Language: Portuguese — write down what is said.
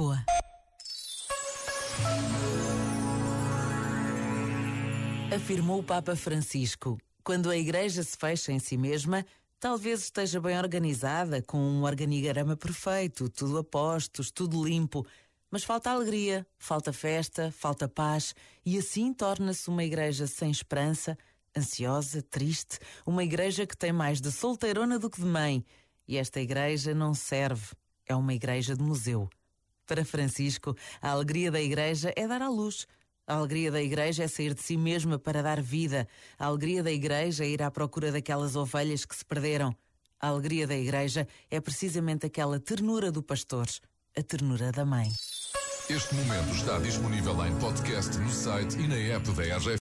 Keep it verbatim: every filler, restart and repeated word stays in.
Lisboa. Afirmou o Papa Francisco: quando a Igreja se fecha em si mesma, talvez esteja bem organizada, com um organigrama perfeito, tudo a postos, tudo limpo, mas falta alegria, falta festa, falta paz, e assim torna-se uma igreja sem esperança, ansiosa, triste, uma igreja que tem mais de solteirona do que de mãe. E esta igreja não serve, é uma igreja de museu. Para Francisco, a alegria da igreja é dar à luz. A alegria da igreja é sair de si mesma para dar vida. A alegria da igreja é ir à procura daquelas ovelhas que se perderam. A alegria da igreja é precisamente aquela ternura do pastor, a ternura da mãe. Este momento está disponível em podcast no site e na app da R G F.